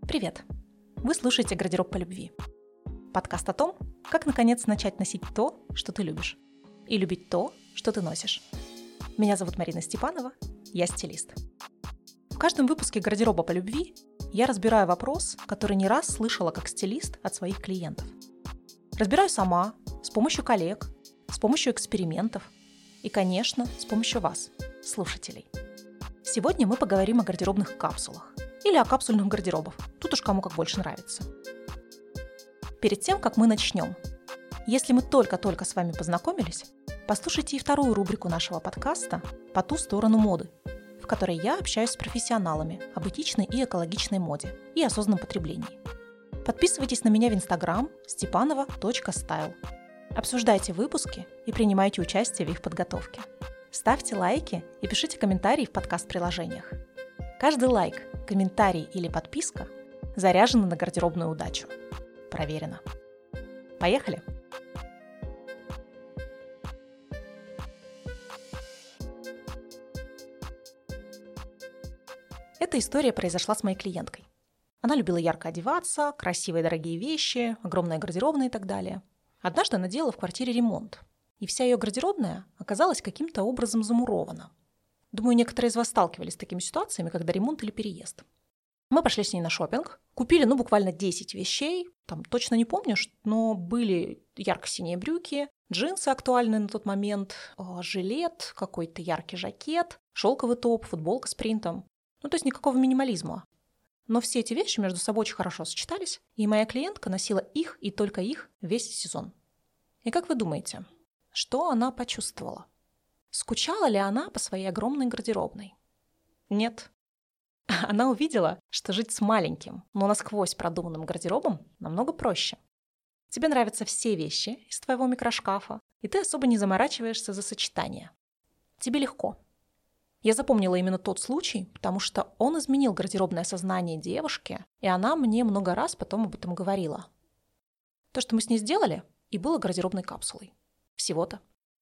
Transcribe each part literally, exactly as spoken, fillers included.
Привет! Вы слушаете «Гардероб по любви». Подкаст о том, как наконец начать носить то, что ты любишь, и любить то, что ты носишь. Меня зовут Марина Степанова, я стилист. В каждом выпуске «Гардероба по любви» я разбираю вопрос, который не раз слышала как стилист от своих клиентов. Разбираю сама, с помощью коллег, с помощью экспериментов и, конечно, с помощью вас, слушателей. Сегодня мы поговорим о гардеробных капсулах или о капсульных гардеробах, тут уж кому как больше нравится. Перед тем, как мы начнем, если мы только-только с вами познакомились, послушайте и вторую рубрику нашего подкаста «По ту сторону моды», в которой я общаюсь с профессионалами об этичной и экологичной моде и осознанном потреблении. Подписывайтесь на меня в Инстаграм степанова точка стайл. Обсуждайте выпуски и принимайте участие в их подготовке. Ставьте лайки и пишите комментарии в подкаст-приложениях. Каждый лайк, комментарий или подписка заряжены на гардеробную удачу. Проверено. Поехали! Эта история произошла с моей клиенткой. Она любила ярко одеваться, красивые дорогие вещи, огромная гардеробная и так далее. Однажды она делала в квартире ремонт, и вся ее гардеробная оказалась каким-то образом замурована. Думаю, некоторые из вас сталкивались с такими ситуациями, когда ремонт или переезд. Мы пошли с ней на шопинг, купили, ну, буквально десять вещей, там точно не помню, но были ярко-синие брюки, джинсы актуальные на тот момент, жилет, какой-то яркий жакет, шелковый топ, футболка с принтом. Ну, то есть никакого минимализма. Но все эти вещи между собой очень хорошо сочетались, и моя клиентка носила их и только их весь сезон. И как вы думаете, что она почувствовала? Скучала ли она по своей огромной гардеробной? Нет. Она увидела, что жить с маленьким, но насквозь продуманным гардеробом намного проще. Тебе нравятся все вещи из твоего микрошкафа, и ты особо не заморачиваешься за сочетание. Тебе легко. Я запомнила именно тот случай, потому что он изменил гардеробное сознание девушки, и она мне много раз потом об этом говорила. То, что мы с ней сделали, и было гардеробной капсулой. Всего-то.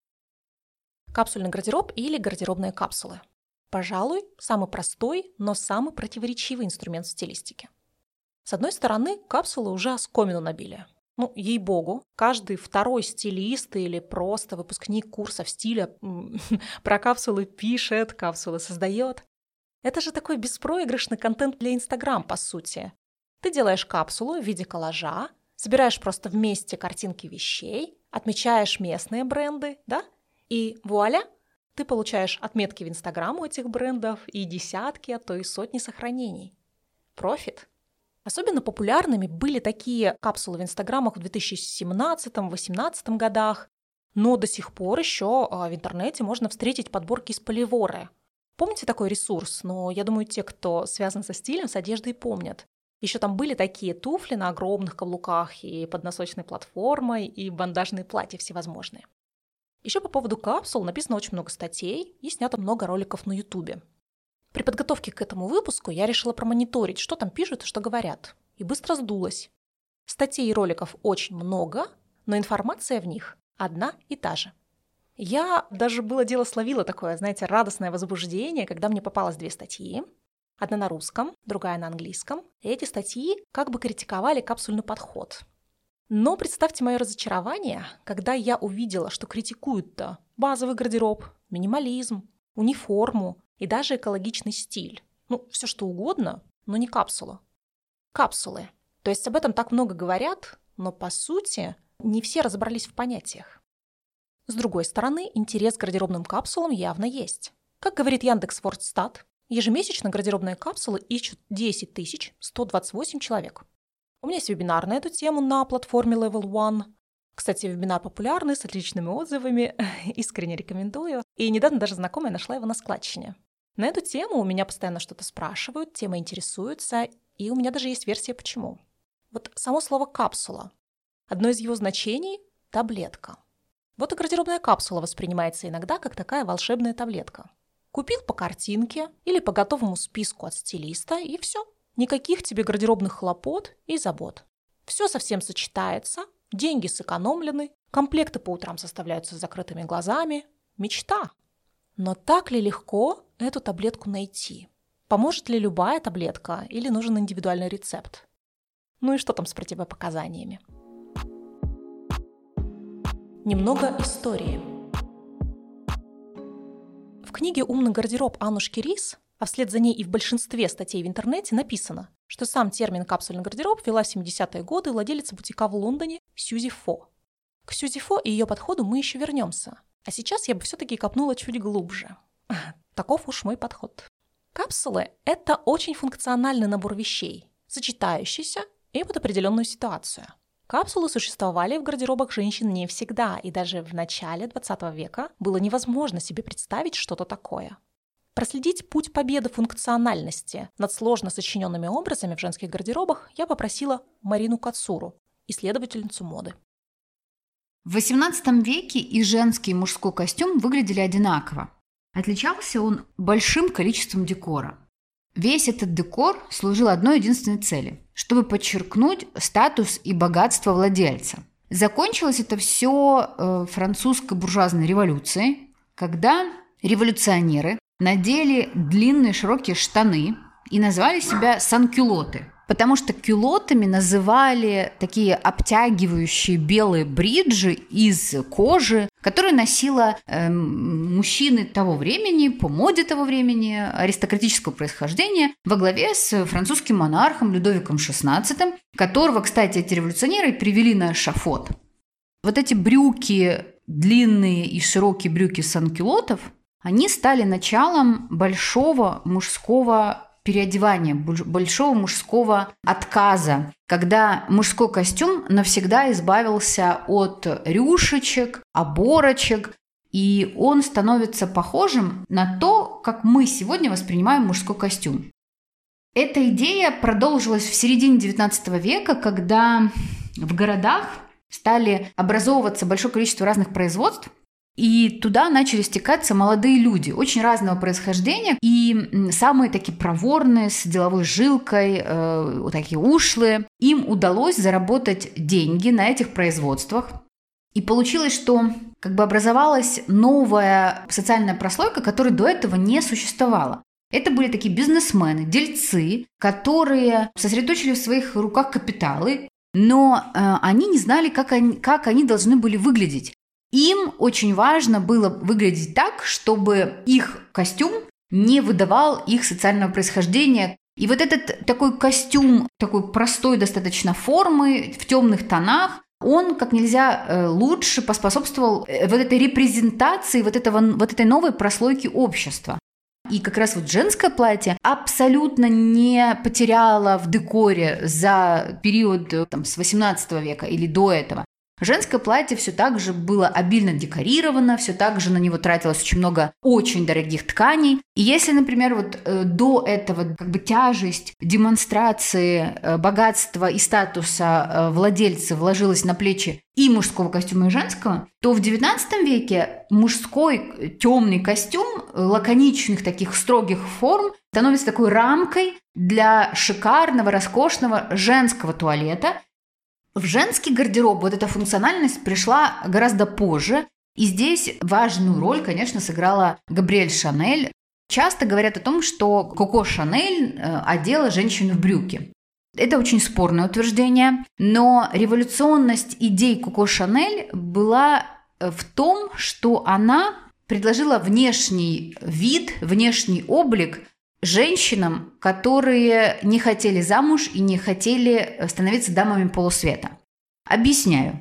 Капсульный гардероб или гардеробные капсулы. Пожалуй, самый простой, но самый противоречивый инструмент в стилистике. С одной стороны, капсулы уже оскомину набили. Ну, ей-богу, каждый второй стилист или просто выпускник курсов стиля про капсулы пишет, капсулы создает. Это же такой беспроигрышный контент для Инстаграм, по сути. Ты делаешь капсулу в виде коллажа, собираешь просто вместе картинки вещей, отмечаешь местные бренды, да? И вуаля, ты получаешь отметки в Инстаграм у этих брендов и десятки, а то и сотни сохранений. Профит. Особенно популярными были такие капсулы в Инстаграмах в две тысячи семнадцатом — две тысячи восемнадцатом годах, но до сих пор еще в интернете можно встретить подборки из Поливоры. Помните такой ресурс? Но я думаю, те, кто связан со стилем, с одеждой, помнят. Еще там были такие туфли на огромных каблуках и под носочной платформой, и бандажные платья всевозможные. Еще по поводу капсул написано очень много статей и снято много роликов на Ютубе. При подготовке к этому выпуску я решила промониторить, что там пишут и что говорят, и быстро сдулась. Статей и роликов очень много, но информация в них одна и та же. Я даже было дело словила такое, знаете, радостное возбуждение, когда мне попалось две статьи. Одна на русском, другая на английском. И эти статьи как бы критиковали капсульный подход. Но представьте мое разочарование, когда я увидела, что критикуют-то базовый гардероб, минимализм, униформу и даже экологичный стиль. Ну, все что угодно, но не капсула. Капсулы. То есть об этом так много говорят, но по сути не все разобрались в понятиях. С другой стороны, интерес к гардеробным капсулам явно есть. Как говорит Яндекс.Вордстат, ежемесячно гардеробные капсулы ищут десять тысяч сто двадцать восемь человек. У меня есть вебинар на эту тему на платформе Level One. Кстати, вебинар популярный, с отличными отзывами, искренне рекомендую. И недавно даже знакомая нашла его на складчине. На эту тему у меня постоянно что-то спрашивают, тема интересуется, и у меня даже есть версия почему. Вот само слово «капсула». Одно из его значений – таблетка. Вот и гардеробная капсула воспринимается иногда как такая волшебная таблетка. Купил по картинке или по готовому списку от стилиста, и все. Никаких тебе гардеробных хлопот и забот. Все совсем сочетается, деньги сэкономлены, комплекты по утрам составляются с закрытыми глазами. Мечта. Но так ли легко эту таблетку найти? Поможет ли любая таблетка или нужен индивидуальный рецепт? Ну и что там с противопоказаниями? Немного истории. В книге «Умный гардероб» Аннушки Рис, а вслед за ней и в большинстве статей в интернете написано, что сам термин «капсульный гардероб» ввела в семидесятые годы владелица бутика в Лондоне Сьюзи Фо. К Сьюзи Фо и ее подходу мы еще вернемся. А сейчас я бы все-таки копнула чуть глубже. Таков уж мой подход. Капсулы – это очень функциональный набор вещей, сочетающийся и под определенную ситуацию. Капсулы существовали в гардеробах женщин не всегда, и даже в начале двадцатого века было невозможно себе представить что-то такое. Проследить путь победы функциональности над сложно сочиненными образами в женских гардеробах я попросила Марину Кацуру, исследовательницу моды. В восемнадцатом веке и женский, и мужской костюм выглядели одинаково. Отличался он большим количеством декора. Весь этот декор служил одной единственной цели – чтобы подчеркнуть статус и богатство владельца. Закончилось это все э, французской буржуазной революцией, когда революционеры надели длинные широкие штаны и назвали себя санкюлоты, потому что кюлотами называли такие обтягивающие белые бриджи из кожи, которые носила э, мужчины того времени, по моде того времени, аристократического происхождения, во главе с французским монархом Людовиком шестнадцатым, которого, кстати, эти революционеры привели на эшафот. Вот эти брюки, длинные и широкие брюки санкюлотов, они стали началом большого мужского переодевания, большого мужского отказа, когда мужской костюм навсегда избавился от рюшечек, оборочек, и он становится похожим на то, как мы сегодня воспринимаем мужской костюм. Эта идея продолжилась в середине девятнадцатого века, когда в городах стали образовываться большое количество разных производств, и туда начали стекаться молодые люди, очень разного происхождения, и самые такие проворные, с деловой жилкой, э, вот такие ушлые. Им удалось заработать деньги на этих производствах. И получилось, что как бы образовалась новая социальная прослойка, которой до этого не существовало. Это были такие бизнесмены, дельцы, которые сосредоточили в своих руках капиталы, но э, они не знали, как они, как они должны были выглядеть. Им очень важно было выглядеть так, чтобы их костюм не выдавал их социального происхождения. И вот этот такой костюм, такой простой достаточно формы, в темных тонах, он как нельзя лучше поспособствовал вот этой репрезентации вот, этого, вот этой новой прослойки общества. И как раз вот женское платье абсолютно не потеряло в декоре за период там, с восемнадцатого века или до этого. Женское платье все так же было обильно декорировано, все так же на него тратилось очень много очень дорогих тканей. И если, например, вот э, до этого как бы тяжесть демонстрации э, богатства и статуса э, владельца вложилась на плечи и мужского костюма, и женского, то в девятнадцатом веке мужской темный костюм э, лаконичных таких строгих форм становится такой рамкой для шикарного, роскошного женского туалета. В женский гардероб вот эта функциональность пришла гораздо позже, и здесь важную роль, конечно, сыграла Габриэль Шанель. Часто говорят о том, что Коко Шанель одела женщину в брюки. Это очень спорное утверждение, но революционность идей Коко Шанель была в том, что она предложила внешний вид, внешний облик женщинам, которые не хотели замуж и не хотели становиться дамами полусвета. Объясняю.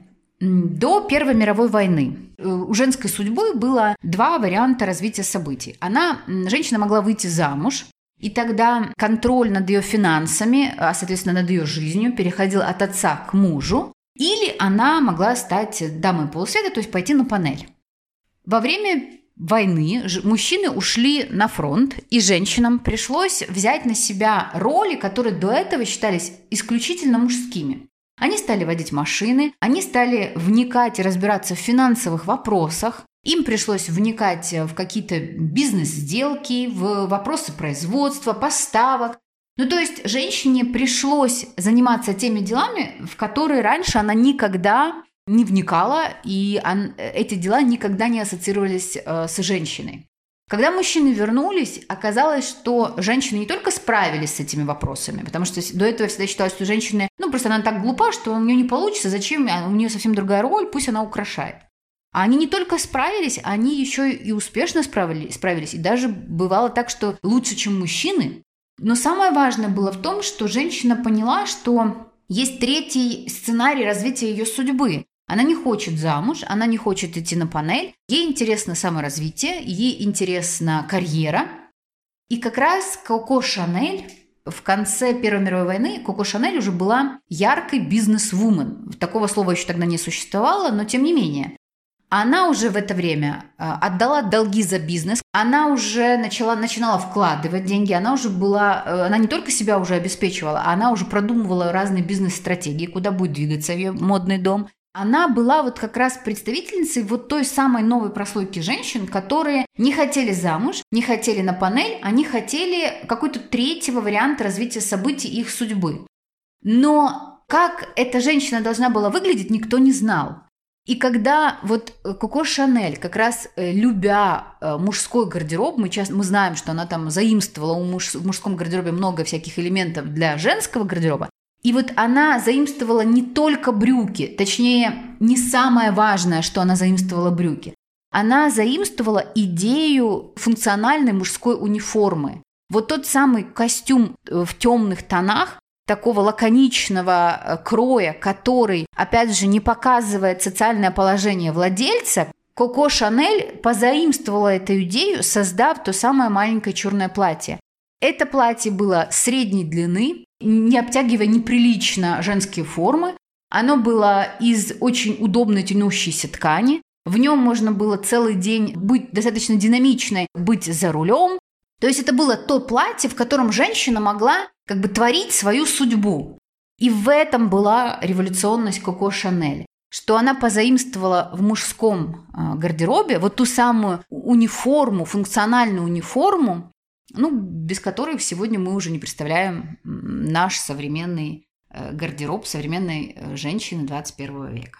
До Первой мировой войны у женской судьбы было два варианта развития событий. Она, женщина могла выйти замуж, и тогда контроль над ее финансами, а, соответственно, над ее жизнью переходил от отца к мужу, или она могла стать дамой полусвета, то есть пойти на панель. Во время войны мужчины ушли на фронт, и женщинам пришлось взять на себя роли, которые до этого считались исключительно мужскими. Они стали водить машины, они стали вникать и разбираться в финансовых вопросах, им пришлось вникать в какие-то бизнес-сделки, в вопросы производства, поставок. Ну, то есть женщине пришлось заниматься теми делами, в которые раньше она никогда не вникала, и он, эти дела никогда не ассоциировались э, с женщиной. Когда мужчины вернулись, оказалось, что женщины не только справились с этими вопросами, потому что до этого всегда считалось, что женщины, ну, просто она так глупа, что у нее не получится, зачем, у нее совсем другая роль, пусть она украшает. А они не только справились, они еще и успешно справились, справились. И даже бывало так, что лучше, чем мужчины. Но самое важное было в том, что женщина поняла, что есть третий сценарий развития ее судьбы. Она не хочет замуж, она не хочет идти на панель. Ей интересно саморазвитие, ей интересна карьера. И как раз Коко Шанель в конце Первой мировой войны, Коко Шанель уже была яркой бизнес-вумен. Такого слова еще тогда не существовало, но тем не менее. Она уже в это время отдала долги за бизнес, она уже начала, начинала вкладывать деньги, она уже была, она не только себя уже обеспечивала, она уже продумывала разные бизнес-стратегии, куда будет двигаться ее модный дом. Она была вот как раз представительницей вот той самой новой прослойки женщин, которые не хотели замуж, не хотели на панель, они хотели какой-то третьего варианта развития событий их судьбы. Но как эта женщина должна была выглядеть, никто не знал. И когда вот Коко Шанель, как раз любя мужской гардероб, мы, часто, мы знаем, что она там заимствовала у муж, в мужском гардеробе много всяких элементов для женского гардероба, и вот она заимствовала не только брюки, точнее, не самое важное, что она заимствовала брюки. Она заимствовала идею функциональной мужской униформы. Вот тот самый костюм в темных тонах, такого лаконичного кроя, который, опять же, не показывает социальное положение владельца, Коко Шанель позаимствовала эту идею, создав то самое маленькое черное платье. Это платье было средней длины, не обтягивая неприлично женские формы. Оно было из очень удобной тянущейся ткани. В нем можно было целый день быть достаточно динамичной, быть за рулем. То есть это было то платье, в котором женщина могла как бы творить свою судьбу. И в этом была революционность Коко Шанель, что она позаимствовала в мужском гардеробе вот ту самую униформу, функциональную униформу, ну, без которой сегодня мы уже не представляем наш современный гардероб современной женщины двадцать первого века.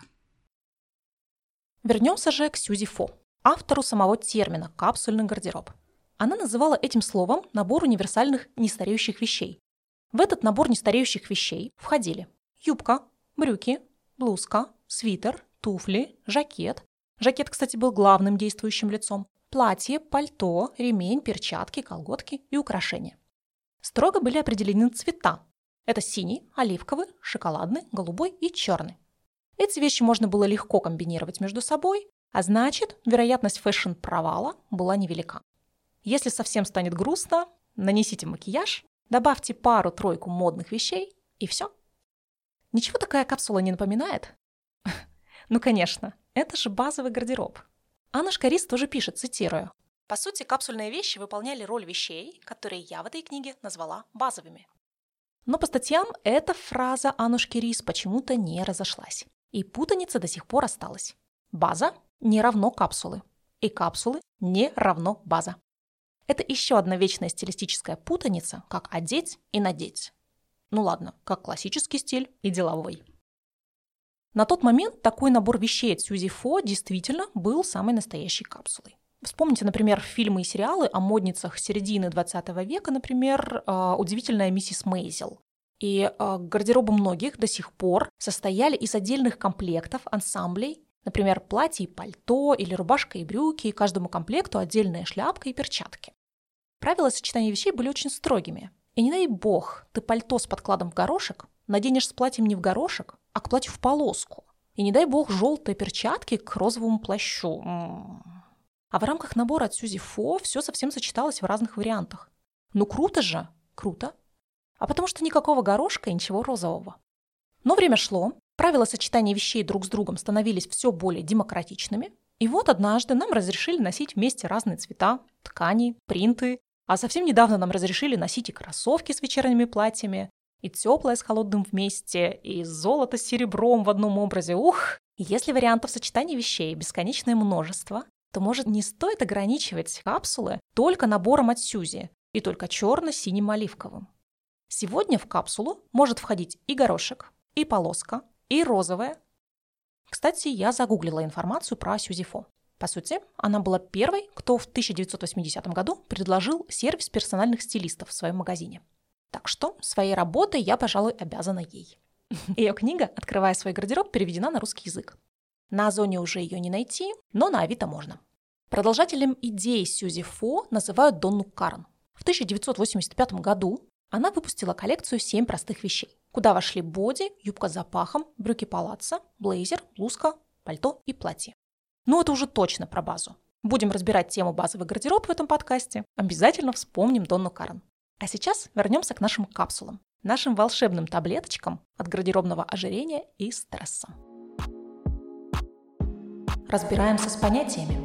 Вернемся же к Сьюзи Фо, автору самого термина «капсульный гардероб». Она называла этим словом набор универсальных нестареющих вещей. В этот набор нестареющих вещей входили юбка, брюки, блузка, свитер, туфли, жакет. Жакет, кстати, был главным действующим лицом. Платье, пальто, ремень, перчатки, колготки и украшения. Строго были определены цвета. Это синий, оливковый, шоколадный, голубой и черный. Эти вещи можно было легко комбинировать между собой, а значит, вероятность фэшн-провала была невелика. Если совсем станет грустно, нанесите макияж, добавьте пару-тройку модных вещей и все. Ничего такая капсула не напоминает? Ну, конечно, это же базовый гардероб. Анна Шкарис тоже пишет, цитирую: «По сути, капсульные вещи выполняли роль вещей, которые я в этой книге назвала базовыми». Но по статьям эта фраза Аннушки Рис почему-то не разошлась. И путаница до сих пор осталась. База не равно капсулы. И капсулы не равно база. Это еще одна вечная стилистическая путаница, как одеть и надеть. Ну ладно, как классический стиль и деловой. На тот момент такой набор вещей от Сьюзи Фо действительно был самой настоящей капсулой. Вспомните, например, фильмы и сериалы о модницах середины двадцатого века, например, «Удивительная миссис Мейзел». И гардеробы многих до сих пор состояли из отдельных комплектов, ансамблей, например, платье и пальто или рубашка и брюки, и каждому комплекту отдельная шляпка и перчатки. Правила сочетания вещей были очень строгими. И не дай бог, ты пальто с подкладом в горошек наденешь с платьем не в горошек, а к платью в полоску. И не дай бог желтые перчатки к розовому плащу. М-м-м. А в рамках набора от Сьюзи Фо все совсем сочеталось в разных вариантах. Ну круто же, круто. А потому что никакого горошка и ничего розового. Но время шло, правила сочетания вещей друг с другом становились все более демократичными. И вот однажды нам разрешили носить вместе разные цвета, ткани, принты. А совсем недавно нам разрешили носить и кроссовки с вечерними платьями, и теплое с холодным вместе, и золото с серебром в одном образе. Ух! И если вариантов сочетания вещей бесконечное множество, то, может, не стоит ограничивать капсулы только набором от Сьюзи и только черно-синим оливковым. Сегодня в капсулу может входить и горошек, и полоска, и розовая. Кстати, я загуглила информацию про Сьюзи Фо. По сути, она была первой, кто в тысяча девятьсот восьмидесятом году предложил сервис персональных стилистов в своем магазине. Так что своей работой я, пожалуй, обязана ей. Ее книга «Открывая свой гардероб» переведена на русский язык. На Озоне уже ее не найти, но на Авито можно. Продолжателем идеи Сьюзи Фо называют Донну Карен. В тысяча девятьсот восемьдесят пятом году она выпустила коллекцию «Семь простых вещей», куда вошли боди, юбка с запахом, брюки палаццо, блейзер, блузка, пальто и платье. Ну это уже точно про базу. Будем разбирать тему базовый гардероб в этом подкасте. Обязательно вспомним Донну Карен. А сейчас вернемся к нашим капсулам, нашим волшебным таблеточкам от гардеробного ожирения и стресса. Разбираемся с понятиями.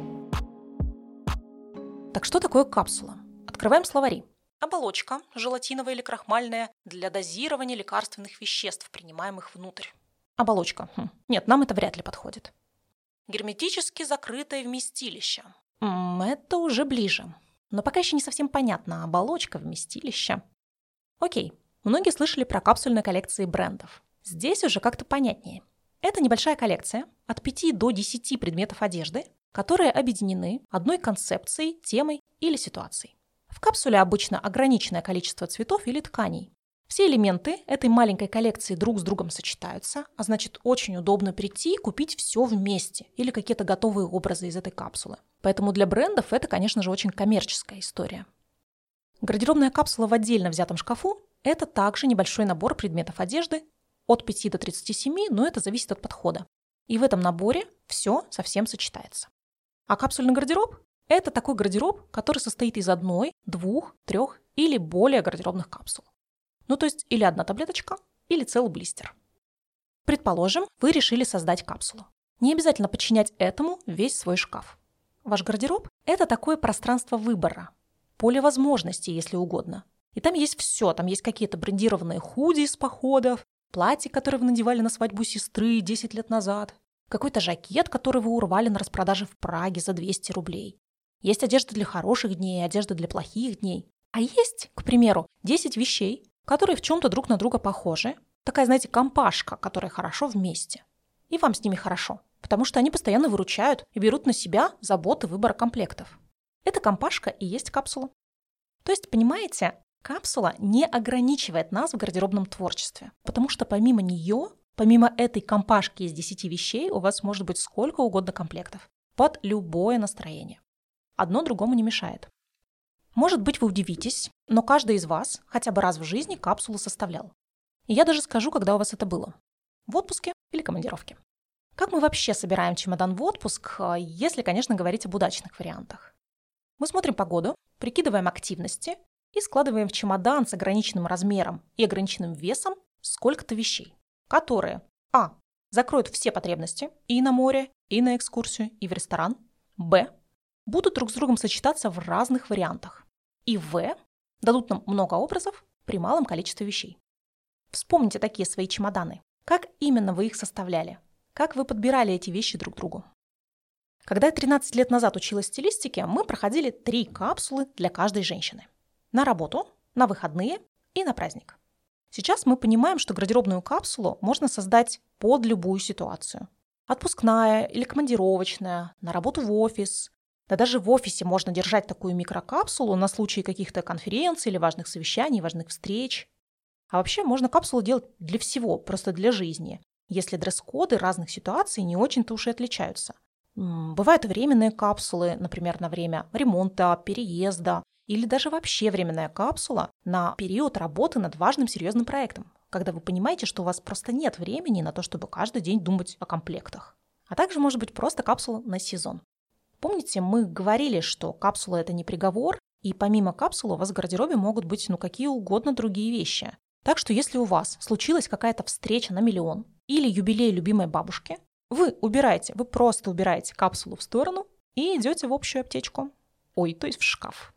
Так что такое капсула? Открываем словари. Оболочка, желатиновая или крахмальная, для дозирования лекарственных веществ, принимаемых внутрь. Оболочка. Хм. Нет, нам это вряд ли подходит. Герметически закрытое вместилище. М-м, это уже ближе. Но пока еще не совсем понятно, оболочка, вместилище. Окей, многие слышали про капсульные коллекции брендов. Здесь уже как-то понятнее. Это небольшая коллекция от пяти до десяти предметов одежды, которые объединены одной концепцией, темой или ситуацией. В капсуле обычно ограниченное количество цветов или тканей. Все элементы этой маленькой коллекции друг с другом сочетаются, а значит очень удобно прийти и купить все вместе или какие-то готовые образы из этой капсулы. Поэтому для брендов это, конечно же, очень коммерческая история. Гардеробная капсула в отдельно взятом шкафу – это также небольшой набор предметов одежды от пяти до тридцати семи, но это зависит от подхода. И в этом наборе все совсем сочетается. А капсульный гардероб – это такой гардероб, который состоит из одной, двух, трех или более гардеробных капсул. Ну то есть или одна таблеточка, или целый блистер. Предположим, вы решили создать капсулу. Не обязательно подчинять этому весь свой шкаф. Ваш гардероб – это такое пространство выбора, поле возможностей, если угодно. И там есть все, там есть какие-то брендированные худи с походов, платье, которое вы надевали на свадьбу сестры десять лет назад, какой-то жакет, который вы урвали на распродаже в Праге за двести рублей. Есть одежда для хороших дней, одежда для плохих дней. А есть, к примеру, десять вещей, которые в чем-то друг на друга похожи. Такая, знаете, компашка, которая хорошо вместе. И вам с ними хорошо, потому что они постоянно выручают и берут на себя заботы выбора комплектов. Эта компашка и есть капсула. То есть, понимаете, капсула не ограничивает нас в гардеробном творчестве, потому что помимо нее, помимо этой компашки из десяти вещей, у вас может быть сколько угодно комплектов под любое настроение. Одно другому не мешает. Может быть, вы удивитесь, но каждый из вас хотя бы раз в жизни капсулу составлял. И я даже скажу, когда у вас это было. В отпуске или командировке. Как мы вообще собираем чемодан в отпуск, если, конечно, говорить об удачных вариантах? Мы смотрим погоду, прикидываем активности и складываем в чемодан с ограниченным размером и ограниченным весом сколько-то вещей, которые а. закроют все потребности и на море, и на экскурсию, и в ресторан, б. будут друг с другом сочетаться в разных вариантах, и в. дадут нам много образов при малом количестве вещей. Вспомните такие свои чемоданы. Как именно вы их составляли? Как вы подбирали эти вещи друг другу? Когда я тринадцать лет назад училась стилистике, мы проходили три капсулы для каждой женщины. На работу, на выходные и на праздник. Сейчас мы понимаем, что гардеробную капсулу можно создать под любую ситуацию. Отпускная или командировочная, на работу в офис. Да даже в офисе можно держать такую микрокапсулу на случай каких-то конференций или важных совещаний, важных встреч. А вообще можно капсулу делать для всего, просто для жизни, если дресс-коды разных ситуаций не очень-то уж и отличаются. Бывают временные капсулы, например, на время ремонта, переезда, или даже вообще временная капсула на период работы над важным серьезным проектом, когда вы понимаете, что у вас просто нет времени на то, чтобы каждый день думать о комплектах. А также может быть просто капсула на сезон. Помните, мы говорили, что капсула – это не приговор, и помимо капсулы у вас в гардеробе могут быть ну какие угодно другие вещи. Так что если у вас случилась какая-то встреча на миллион или юбилей любимой бабушки, вы убираете, вы просто убираете капсулу в сторону и идете в общую аптечку. Ой, то есть в шкаф.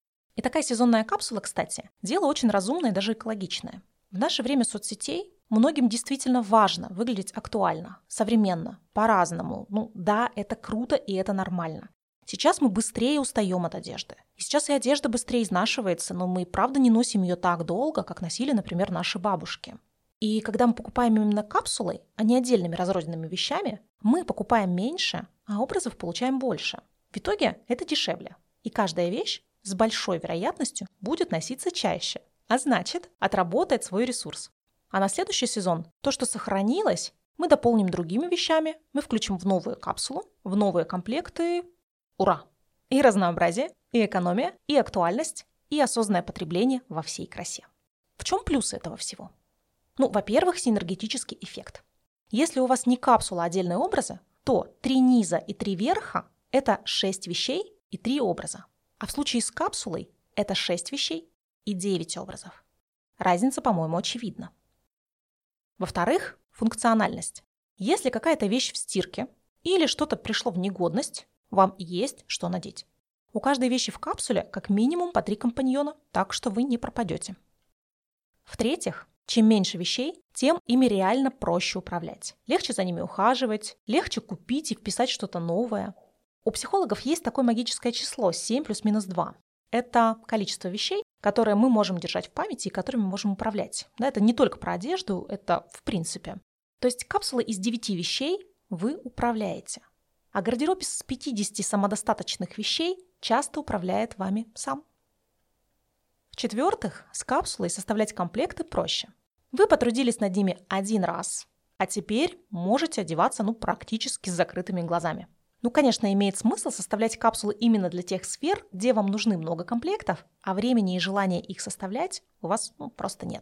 И такая сезонная капсула, кстати, дело очень разумное и даже экологичное. В наше время соцсетей многим действительно важно выглядеть актуально, современно, по-разному. Ну да, это круто и это нормально. Сейчас мы быстрее устаем от одежды. И сейчас и одежда быстрее изнашивается, но мы правда не носим ее так долго, как носили, например, наши бабушки. И когда мы покупаем именно капсулой, а не отдельными разрозненными вещами, мы покупаем меньше, а образов получаем больше. В итоге это дешевле. И каждая вещь с большой вероятностью будет носиться чаще, а значит, отработает свой ресурс. А на следующий сезон то, что сохранилось, мы дополним другими вещами, мы включим в новую капсулу, в новые комплекты. Ура! И разнообразие, и экономия, и актуальность, и осознанное потребление во всей красе. В чем плюсы этого всего? Ну, во-первых, синергетический эффект. Если у вас не капсула, а отдельные образы, то три низа и три верха – это шесть вещей и три образа. А в случае с капсулой это шесть вещей и девять образов. Разница, по-моему, очевидна. Во-вторых, функциональность. Если какая-то вещь в стирке или что-то пришло в негодность, вам есть что надеть. У каждой вещи в капсуле как минимум по три компаньона, так что вы не пропадете. В-третьих, чем меньше вещей, тем ими реально проще управлять. Легче за ними ухаживать, легче купить и вписать что-то новое. У психологов есть такое магическое число семь плюс-минус два. Это количество вещей, которые мы можем держать в памяти и которыми мы можем управлять. Да, это не только про одежду, это в принципе. То есть капсулы из девяти вещей вы управляете. А гардероб из пятидесяти самодостаточных вещей часто управляет вами сам. В-четвертых, с капсулой составлять комплекты проще. Вы потрудились над ними один раз, а теперь можете одеваться ну, практически с закрытыми глазами. Ну, конечно, имеет смысл составлять капсулы именно для тех сфер, где вам нужны много комплектов, а времени и желания их составлять у вас ну, просто нет.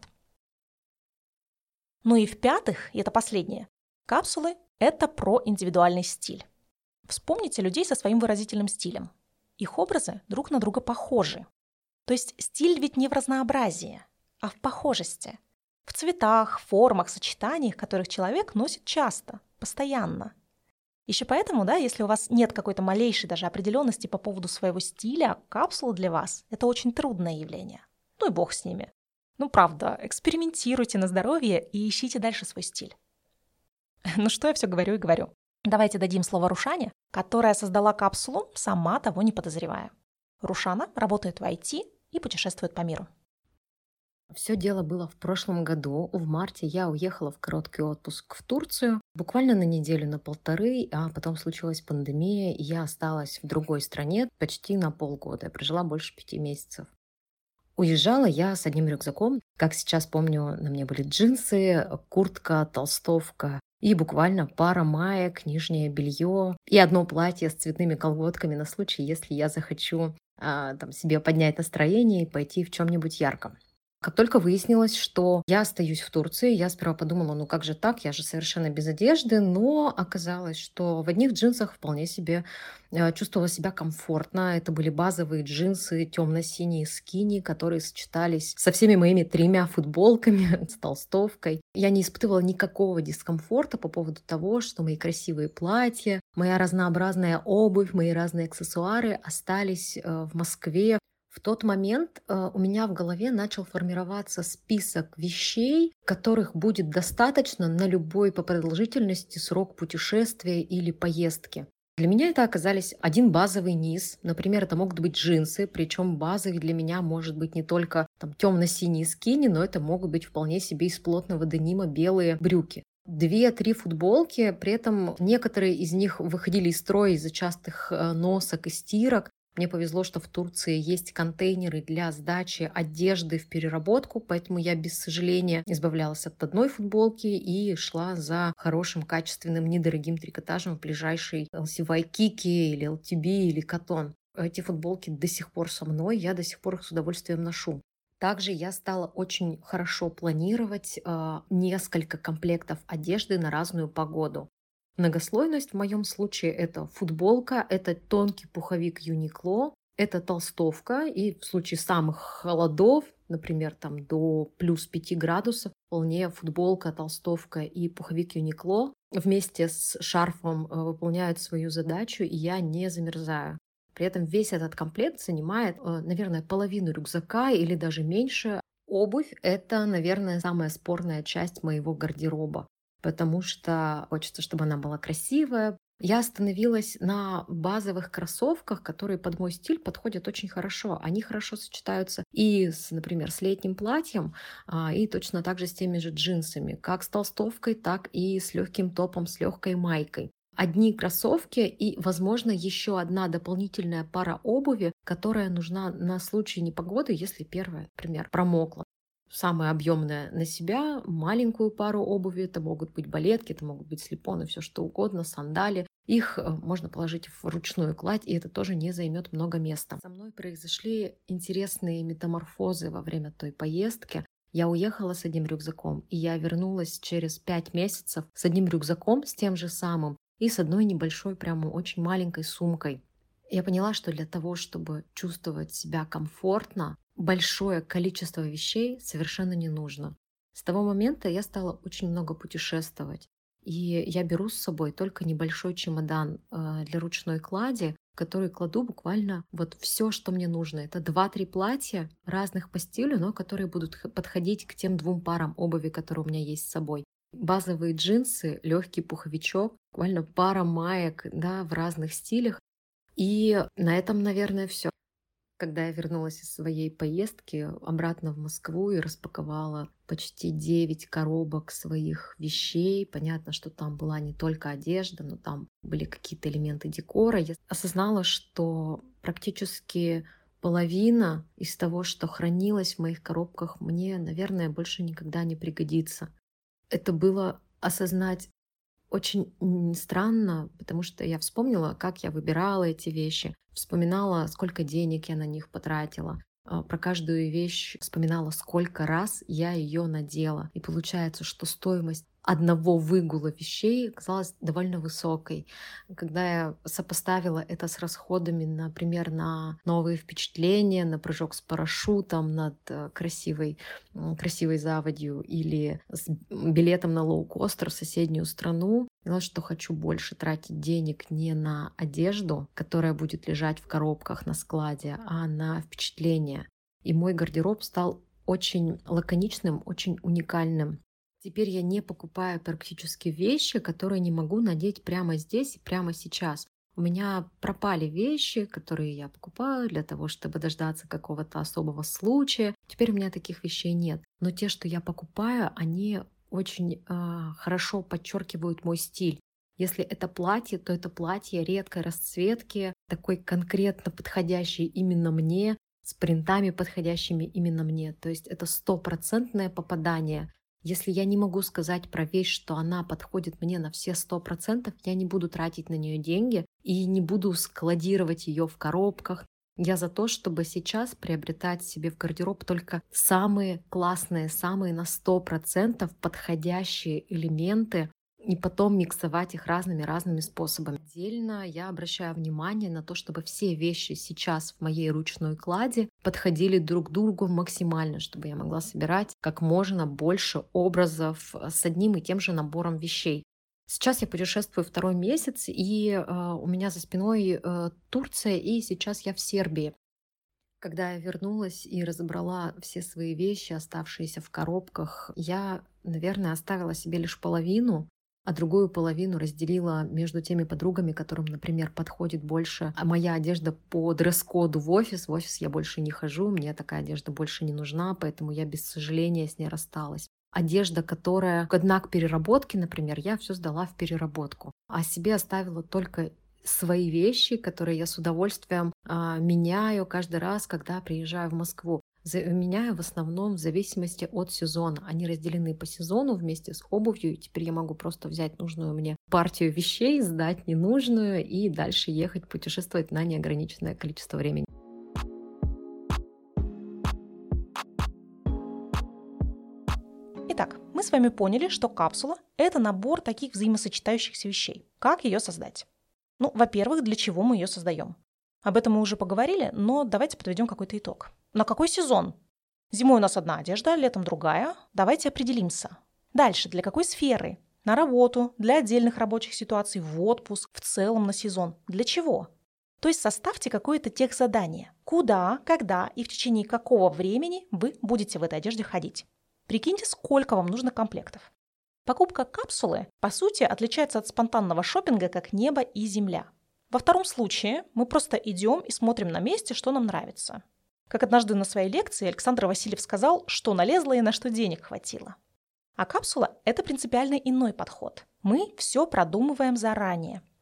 Ну и в-пятых, и это последнее, капсулы – это про индивидуальный стиль. Вспомните людей со своим выразительным стилем. Их образы друг на друга похожи. То есть стиль ведь не в разнообразии, а в похожести. В цветах, формах, сочетаниях, которых человек носит часто, постоянно. Еще поэтому, да, если у вас нет какой-то малейшей даже определенности по поводу своего стиля, капсула для вас – это очень трудное явление. Ну и бог с ними. Ну правда, экспериментируйте на здоровье и ищите дальше свой стиль. Ну что я все говорю и говорю. Давайте дадим слово Рушане, которая создала капсулу, сама того не подозревая. Рушана работает в ай ти и путешествует по миру. Все дело было в прошлом году. В марте я уехала в короткий отпуск в Турцию, буквально на неделю, на полторы, а потом случилась пандемия, и я осталась в другой стране почти на полгода. Я прожила больше пяти месяцев. Уезжала я с одним рюкзаком. Как сейчас помню, на мне были джинсы, куртка, толстовка и буквально пара маек, нижнее белье и одно платье с цветными колготками на случай, если я захочу а, там, себе поднять настроение и пойти в чем-нибудь ярком. Как только выяснилось, что я остаюсь в Турции, я сперва подумала, ну как же так, я же совершенно без одежды, но оказалось, что в одних джинсах вполне себе э, чувствовала себя комфортно. Это были базовые джинсы темно-синие скини, которые сочетались со всеми моими тремя футболками, с толстовкой. Я не испытывала никакого дискомфорта по поводу того, что мои красивые платья, моя разнообразная обувь, мои разные аксессуары остались э, в Москве. В тот момент э, у меня в голове начал формироваться список вещей, которых будет достаточно на любой по продолжительности срок путешествия или поездки. Для меня это оказались один базовый низ. Например, это могут быть джинсы, причем базовый для меня может быть не только там, темно-синие скини, но это могут быть вполне себе из плотного денима белые брюки. Две-три футболки, при этом некоторые из них выходили из строя из-за частых э, носок и стирок. Мне повезло, что в Турции есть контейнеры для сдачи одежды в переработку, поэтому я без сожаления избавлялась от одной футболки и шла за хорошим, качественным, недорогим трикотажем в ближайший эл си Waikiki или эл ти би или Cotton. Эти футболки до сих пор со мной, я до сих пор их с удовольствием ношу. Также я стала очень хорошо планировать э, несколько комплектов одежды на разную погоду. Многослойность в моем случае это футболка, это тонкий пуховик Uniqlo, это толстовка, и в случае самых холодов, например, там до плюс пяти градусов, вполне футболка, толстовка и пуховик Uniqlo вместе с шарфом выполняют свою задачу, и я не замерзаю. При этом весь этот комплект занимает, наверное, половину рюкзака или даже меньше. Обувь – это, наверное, самая спорная часть моего гардероба, потому что хочется, чтобы она была красивая. Я остановилась на базовых кроссовках, которые под мой стиль подходят очень хорошо. Они хорошо сочетаются и, с, например, с летним платьем, и точно так же с теми же джинсами, как с толстовкой, так и с легким топом, с легкой майкой. одни кроссовки и, возможно, еще одна дополнительная пара обуви, которая нужна на случай непогоды, если первая, например, промокла. Самая объемная на себя, маленькую пару обуви, это могут быть балетки, это могут быть слипоны, все что угодно, сандали. Их можно положить в ручную кладь, и это тоже не займет много места. Со мной произошли интересные метаморфозы во время той поездки. Я уехала с одним рюкзаком, и я вернулась через пять месяцев с одним рюкзаком, с тем же самым, и с одной небольшой, прямо очень маленькой сумкой. Я поняла, что для того, чтобы чувствовать себя комфортно, большое количество вещей совершенно не нужно. С того момента я стала очень много путешествовать. И я беру с собой только небольшой чемодан для ручной клади, в который кладу буквально вот все, что мне нужно. Это два-три платья разных по стилю, но которые будут подходить к тем двум парам обуви, которые у меня есть с собой. Базовые джинсы, легкий пуховичок, буквально пара маек, да, в разных стилях. И на этом, наверное, все. Когда я вернулась из своей поездки обратно в Москву и распаковала почти девять коробок своих вещей, понятно, что там была не только одежда, но там были какие-то элементы декора, я осознала, что практически половина из того, что хранилось в моих коробках, мне, наверное, больше никогда не пригодится. Это было осознать очень странно, потому что я вспомнила, как я выбирала эти вещи, вспоминала, сколько денег я на них потратила, про каждую вещь вспоминала, сколько раз я ее надела. И получается, что стоимость одного выгула вещей оказалась довольно высокой. Когда я сопоставила это с расходами, например, на новые впечатления, на прыжок с парашютом над красивой, красивой заводью или с билетом на лоукостер в соседнюю страну, поняла, что хочу больше тратить денег не на одежду, которая будет лежать в коробках на складе, а на впечатления. И мой гардероб стал очень лаконичным, очень уникальным. Теперь я не покупаю практически вещи, которые не могу надеть прямо здесь и прямо сейчас. У меня пропали вещи, которые я покупаю для того, чтобы дождаться какого-то особого случая. Теперь у меня таких вещей нет. Но те, что я покупаю, они очень э, хорошо подчеркивают мой стиль. Если это платье, то это платье редкой расцветки, такой конкретно подходящий именно мне, с принтами, подходящими именно мне. То есть это стопроцентное попадание. Если я не могу сказать про вещь, что она подходит мне на все сто процентов, я не буду тратить на нее деньги и не буду складировать ее в коробках. Я за то, чтобы сейчас приобретать себе в гардероб только самые классные, самые на сто процентов подходящие элементы и потом миксовать их разными-разными способами. Отдельно я обращаю внимание на то, чтобы все вещи сейчас в моей ручной клади подходили друг к другу максимально, чтобы я могла собирать как можно больше образов с одним и тем же набором вещей. Сейчас я путешествую второй месяц, и э, у меня за спиной э, Турция, и сейчас я в Сербии. Когда я вернулась и разобрала все свои вещи, оставшиеся в коробках, я, наверное, оставила себе лишь половину, а другую половину разделила между теми подругами, которым, например, подходит больше моя одежда по дресс-коду в офис. В офис я больше не хожу, мне такая одежда больше не нужна, поэтому я без сожаления с ней рассталась. Одежда, которая годна к переработке, например, я все сдала в переработку, а себе оставила только свои вещи, которые я с удовольствием а, меняю каждый раз, когда приезжаю в Москву. Меняю в основном в зависимости от сезона. Они разделены по сезону вместе с обувью, и теперь я могу просто взять нужную мне партию вещей, сдать ненужную и дальше ехать путешествовать на неограниченное количество времени. Итак, мы с вами поняли, что капсула – это набор таких взаимосочетающихся вещей. Как ее создать? Ну, во-первых, для чего мы ее создаем? Об этом мы уже поговорили, но давайте подведем какой-то итог. На какой сезон? Зимой у нас одна одежда, летом другая. Давайте определимся. Дальше, для какой сферы? На работу, для отдельных рабочих ситуаций, в отпуск, в целом на сезон. Для чего? То есть составьте какое-то техзадание. Куда, когда и в течение какого времени вы будете в этой одежде ходить. Прикиньте, сколько вам нужно комплектов. Покупка капсулы, по сути, отличается от спонтанного шопинга как небо и земля. Во втором случае мы просто идем и смотрим на месте, что нам нравится. Как однажды на своей лекции Александр Васильев сказал, что налезло и на что денег хватило. А капсула – это принципиально иной подход. Мы все продумываем заранее.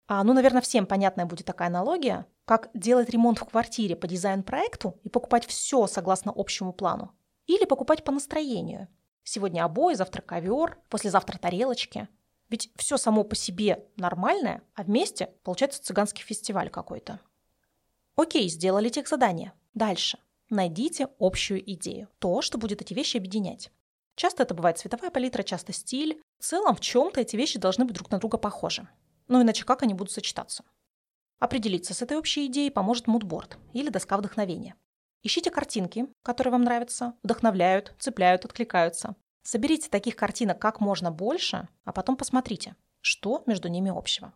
А, ну, наверное, всем понятная будет такая аналогия, как делать ремонт в квартире по дизайн-проекту и покупать все согласно общему плану. Или покупать по настроению. Сегодня обои, завтра ковер, послезавтра тарелочки. Ведь все само по себе нормальное, а вместе получается цыганский фестиваль какой-то. Окей, сделали техзадание. Дальше. Найдите общую идею. То, что будет эти вещи объединять. Часто это бывает цветовая палитра, часто стиль. В целом, в чем-то эти вещи должны быть друг на друга похожи. Ну иначе как они будут сочетаться? Определиться с этой общей идеей поможет мудборд или доска вдохновения. Ищите картинки, которые вам нравятся, вдохновляют, цепляют, откликаются. Соберите таких картинок как можно больше, а потом посмотрите, что между ними общего.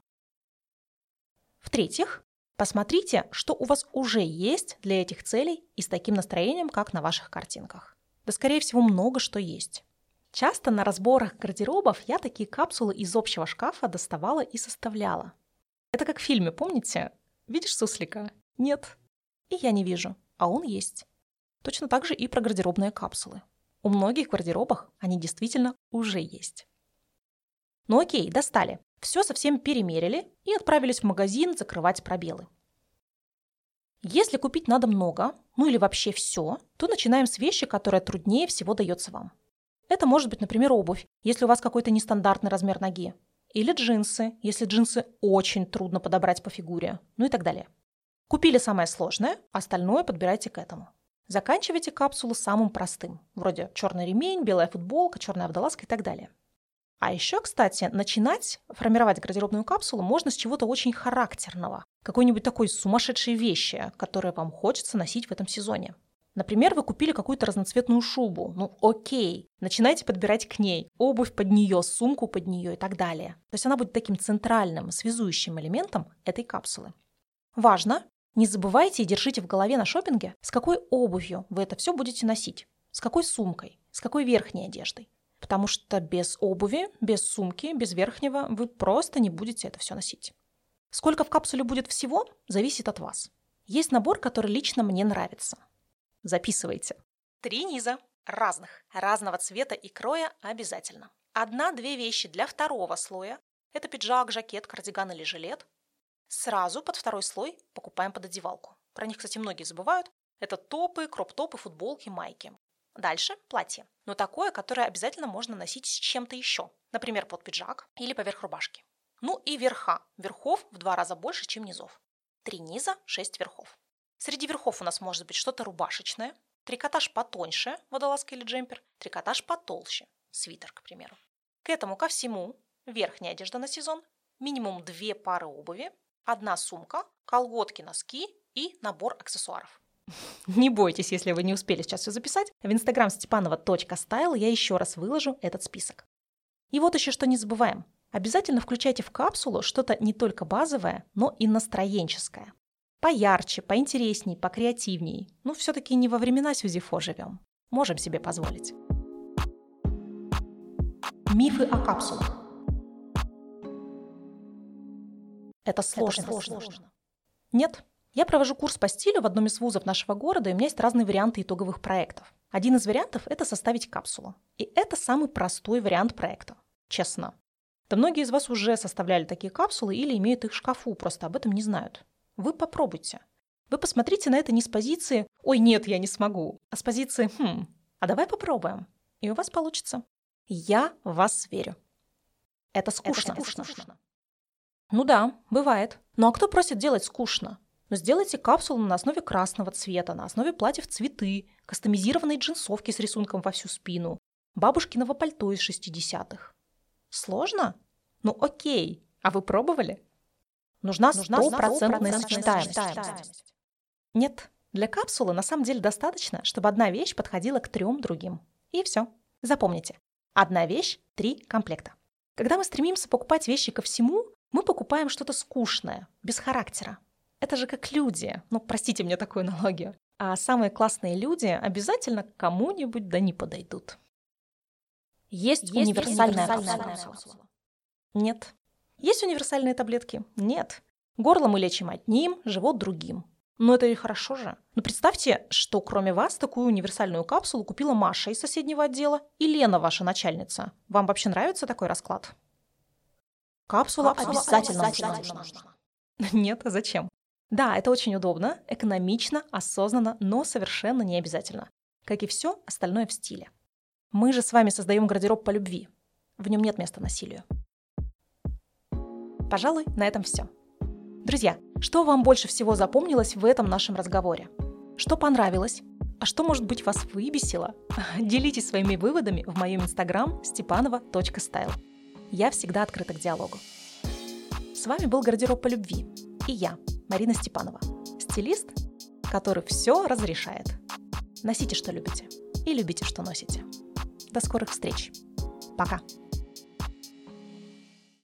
В-третьих, посмотрите, что у вас уже есть для этих целей и с таким настроением, как на ваших картинках. Да, скорее всего, много что есть. Часто на разборах гардеробов я такие капсулы из общего шкафа доставала и составляла. Это как в фильме, помните? Видишь суслика? Нет. И я не вижу, а он есть. Точно так же и про гардеробные капсулы. У многих в гардеробах они действительно уже есть. Ну окей, достали. Все совсем перемерили и отправились в магазин закрывать пробелы. Если купить надо много, ну или вообще все, то начинаем с вещи, которая труднее всего дается вам. Это может быть, например, обувь, если у вас какой-то нестандартный размер ноги. Или джинсы, если джинсы очень трудно подобрать по фигуре, ну и так далее. Купили самое сложное, остальное подбирайте к этому. Заканчивайте капсулу самым простым, вроде черный ремень, белая футболка, черная водолазка и так далее. А еще, кстати, начинать формировать гардеробную капсулу можно с чего-то очень характерного, какой-нибудь такой сумасшедшей вещи, которую вам хочется носить в этом сезоне. Например, вы купили какую-то разноцветную шубу. Ну окей, начинайте подбирать к ней обувь под нее, сумку под нее и так далее. То есть она будет таким центральным, связующим элементом этой капсулы. Важно, не забывайте и держите в голове на шопинге, с какой обувью вы это все будете носить, с какой сумкой, с какой верхней одеждой. Потому что без обуви, без сумки, без верхнего вы просто не будете это все носить. Сколько в капсуле будет всего, зависит от вас. Есть набор, который лично мне нравится. Записывайте. Три низа. Разных. Разного цвета и кроя обязательно. Одна-две вещи для второго слоя. Это пиджак, жакет, кардиган или жилет. Сразу под второй слой покупаем под одевалку. Про них, кстати, многие забывают. Это топы, кроп-топы, футболки, майки. Дальше платье. Но такое, которое обязательно можно носить с чем-то еще. Например, под пиджак или поверх рубашки. Ну и верха. Верхов в два раза больше, чем низов. Три низа, шесть верхов. Среди верхов у нас может быть что-то рубашечное, трикотаж потоньше, водолазка или джемпер, трикотаж потолще, свитер, к примеру. К этому ко всему верхняя одежда на сезон, минимум две пары обуви, одна сумка, колготки, носки и набор аксессуаров. Не бойтесь, если вы не успели сейчас все записать. В инстаграм степанова точка стайл я еще раз выложу этот список. И вот еще что не забываем. Обязательно включайте в капсулу что-то не только базовое, но и настроенческое. Поярче, поинтересней, покреативней. Ну, все-таки не во времена Сюзефо живем. Можем себе позволить. Мифы о капсулах. Это сложно. Это сложно. сложно. Нет. Я провожу курс по стилю в одном из вузов нашего города, и у меня есть разные варианты итоговых проектов. Один из вариантов – это составить капсулу. И это самый простой вариант проекта. Честно. Да многие из вас уже составляли такие капсулы или имеют их в шкафу, просто об этом не знают. Вы попробуйте. Вы посмотрите на это не с позиции «Ой, нет, я не смогу», а с позиции «Хм, а давай попробуем». И у вас получится. Я в вас верю. Это скучно. Это скучно. скучно. Ну да, бывает. Ну а кто просит делать скучно? Ну сделайте капсулу на основе красного цвета, на основе платьев цветы, кастомизированной джинсовки с рисунком во всю спину, бабушкиного пальто из шестидесятых. Сложно? Ну окей. А вы пробовали? Нужна стопроцентная сочетаемость. Нет, для капсулы на самом деле достаточно, чтобы одна вещь подходила к трем другим. И все. Запомните. Одна вещь, три комплекта. Когда мы стремимся покупать вещи ко всему, мы покупаем что-то скучное, без характера. Это же как люди. Ну, простите мне такую аналогию. А самые классные люди обязательно к кому-нибудь да не подойдут. Есть, Есть универсальная капсула? Нет. Есть универсальные таблетки? Нет. Горло мы лечим одним, живот другим. Но это и хорошо же. Но представьте, что кроме вас такую универсальную капсулу купила Маша из соседнего отдела и Лена, ваша начальница. Вам вообще нравится такой расклад? Капсула, Капсула обязательно, обязательно нужна. Нет, а зачем? Да, это очень удобно, экономично, осознанно, но совершенно не обязательно. Как и все остальное в стиле. Мы же с вами создаем гардероб по любви. В нем нет места насилию. Пожалуй, на этом все. Друзья, что вам больше всего запомнилось в этом нашем разговоре? Что понравилось? А что, может быть, вас выбесило? Делитесь своими выводами в моем инстаграм степанова точка стайл. Я всегда открыта к диалогу. С вами был гардероб по любви. И я, Марина Степанова, стилист, который все разрешает. Носите, что любите, и любите, что носите. До скорых встреч. Пока.